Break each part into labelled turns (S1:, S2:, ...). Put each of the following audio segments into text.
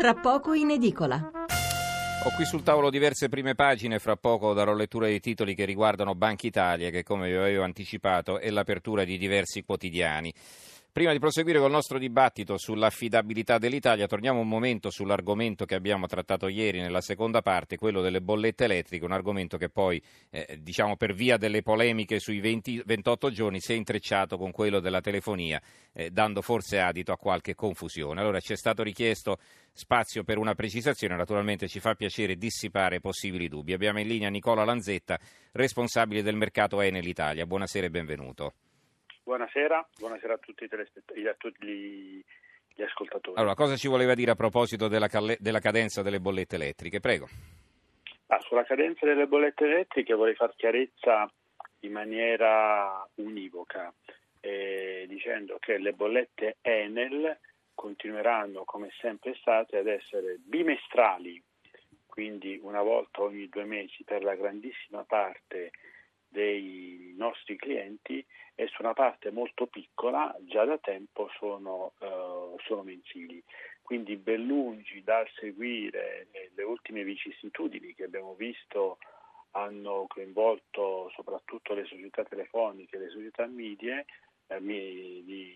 S1: tra poco in edicola.
S2: Ho qui sul tavolo diverse prime pagine, fra poco darò lettura dei titoli che riguardano Banca Italia, che come vi avevo anticipato è l'apertura di diversi quotidiani. Prima di proseguire col nostro dibattito sull'affidabilità dell'Italia, torniamo un momento sull'argomento che abbiamo trattato ieri nella seconda parte, quello delle bollette elettriche, un argomento che poi, per via delle polemiche sui 28 giorni, si è intrecciato con quello della telefonia, dando forse adito a qualche confusione. Allora ci è stato richiesto spazio per una precisazione, naturalmente ci fa piacere dissipare possibili dubbi. Abbiamo in linea Nicola Lanzetta, responsabile del mercato Enel Italia. Buonasera e benvenuto.
S3: Buonasera a tutti a tutti gli ascoltatori.
S2: Allora, cosa ci voleva dire a proposito della cadenza delle bollette elettriche? Prego.
S3: Sulla cadenza delle bollette elettriche vorrei far chiarezza in maniera univoca, dicendo che le bollette Enel continueranno come sempre state ad essere bimestrali, quindi una volta ogni 2 mesi per la grandissima parte dei nostri clienti, e su una parte molto piccola già da tempo sono mensili. Quindi ben lungi dal seguire le ultime vicissitudini che abbiamo visto hanno coinvolto soprattutto le società telefoniche, le società media di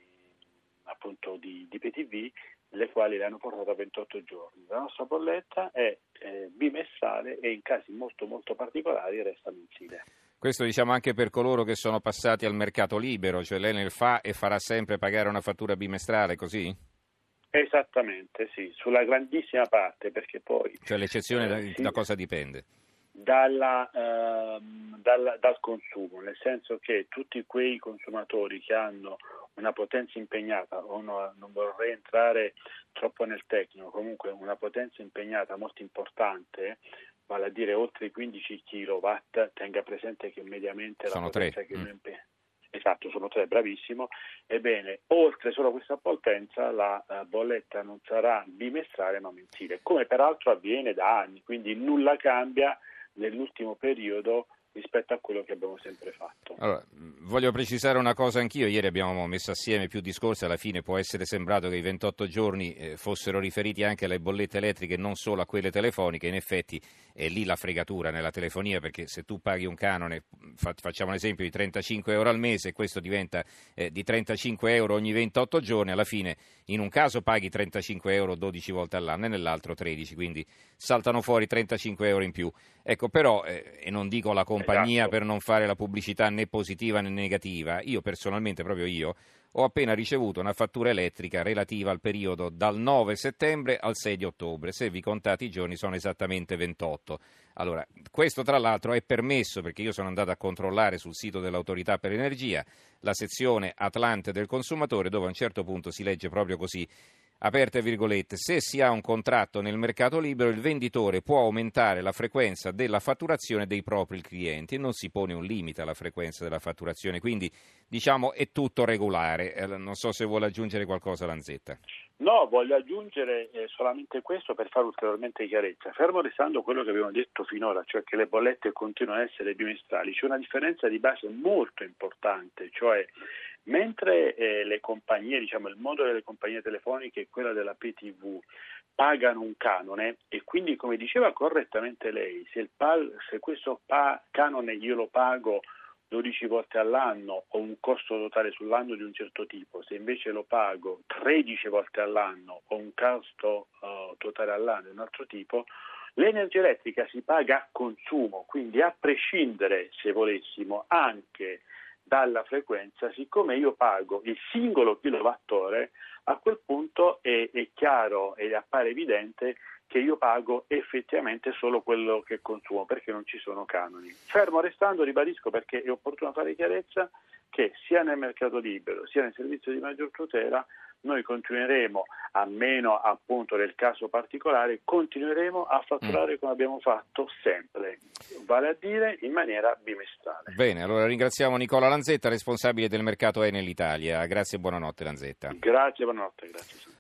S3: PTV, le quali le hanno portate a 28 giorni. La nostra bolletta è bimestrale e in casi molto molto particolari resta mensile.
S2: Questo diciamo anche per coloro che sono passati al mercato libero, cioè l'Enel fa e farà sempre pagare una fattura bimestrale, così?
S3: Esattamente, sì, sulla grandissima parte, perché poi...
S2: Cioè l'eccezione da cosa dipende?
S3: Dal consumo, nel senso che tutti quei consumatori che hanno una potenza impegnata, non vorrei entrare troppo nel tecnico, comunque una potenza impegnata molto importante, vale a dire oltre i 15 kW, tenga presente che mediamente
S2: sono
S3: la potenza
S2: 3.
S3: che noi esatto, sono 3, bravissimo. Ebbene, oltre solo questa potenza la bolletta non sarà bimestrale ma mensile, come peraltro avviene da anni, quindi nulla cambia nell'ultimo periodo rispetto a quello che abbiamo sempre fatto.
S2: Allora, voglio precisare una cosa anch'io. Ieri abbiamo messo assieme più discorsi, alla fine può essere sembrato che i 28 giorni fossero riferiti anche alle bollette elettriche, non solo a quelle telefoniche. In effetti è lì la fregatura nella telefonia, perché se tu paghi un canone, facciamo un esempio, di 35 euro al mese, e questo diventa di 35 euro ogni 28 giorni, alla fine in un caso paghi 35 euro 12 volte all'anno e nell'altro 13, quindi saltano fuori 35 euro in più. Ecco, però, e non dico la compagnia,
S3: Esatto,
S2: per non fare la pubblicità né positiva né negativa, io personalmente, proprio io, ho appena ricevuto una fattura elettrica relativa al periodo dal 9 settembre al 6 di ottobre, se vi contate i giorni sono esattamente 28. Allora, questo tra l'altro è permesso perché io sono andato a controllare sul sito dell'Autorità per l'Energia la sezione Atlante del consumatore, dove a un certo punto si legge proprio così: aperte virgolette, se si ha un contratto nel mercato libero, il venditore può aumentare la frequenza della fatturazione dei propri clienti e non si pone un limite alla frequenza della fatturazione, quindi diciamo è tutto regolare. Non so se vuole aggiungere qualcosa, Lanzetta.
S3: No, voglio aggiungere solamente questo per fare ulteriormente chiarezza. Fermo restando quello che abbiamo detto finora, cioè che le bollette continuano ad essere bimestrali, c'è una differenza di base molto importante, cioè mentre le compagnie, diciamo il mondo delle compagnie telefoniche e quella della PTV pagano un canone, e quindi, come diceva correttamente lei, se questo canone io lo pago 12 volte all'anno, ho un costo totale sull'anno di un certo tipo, se invece lo pago 13 volte all'anno, ho un costo totale all'anno di un altro tipo, l'energia elettrica si paga a consumo, quindi a prescindere, se volessimo, anche dalla frequenza. Siccome io pago il singolo kilowattora, a quel punto è chiaro e appare evidente che io pago effettivamente solo quello che consumo, perché non ci sono canoni. Fermo restando, ribadisco, perché è opportuno fare chiarezza, che sia nel mercato libero sia nel servizio di maggior tutela noi continueremo, a meno appunto del caso particolare, continueremo a fatturare come abbiamo fatto sempre, vale a dire in maniera bimestrale.
S2: Bene, allora ringraziamo Nicola Lanzetta, responsabile del mercato Enel Italia. Grazie e buonanotte, Lanzetta.
S3: Grazie, buonanotte, grazie.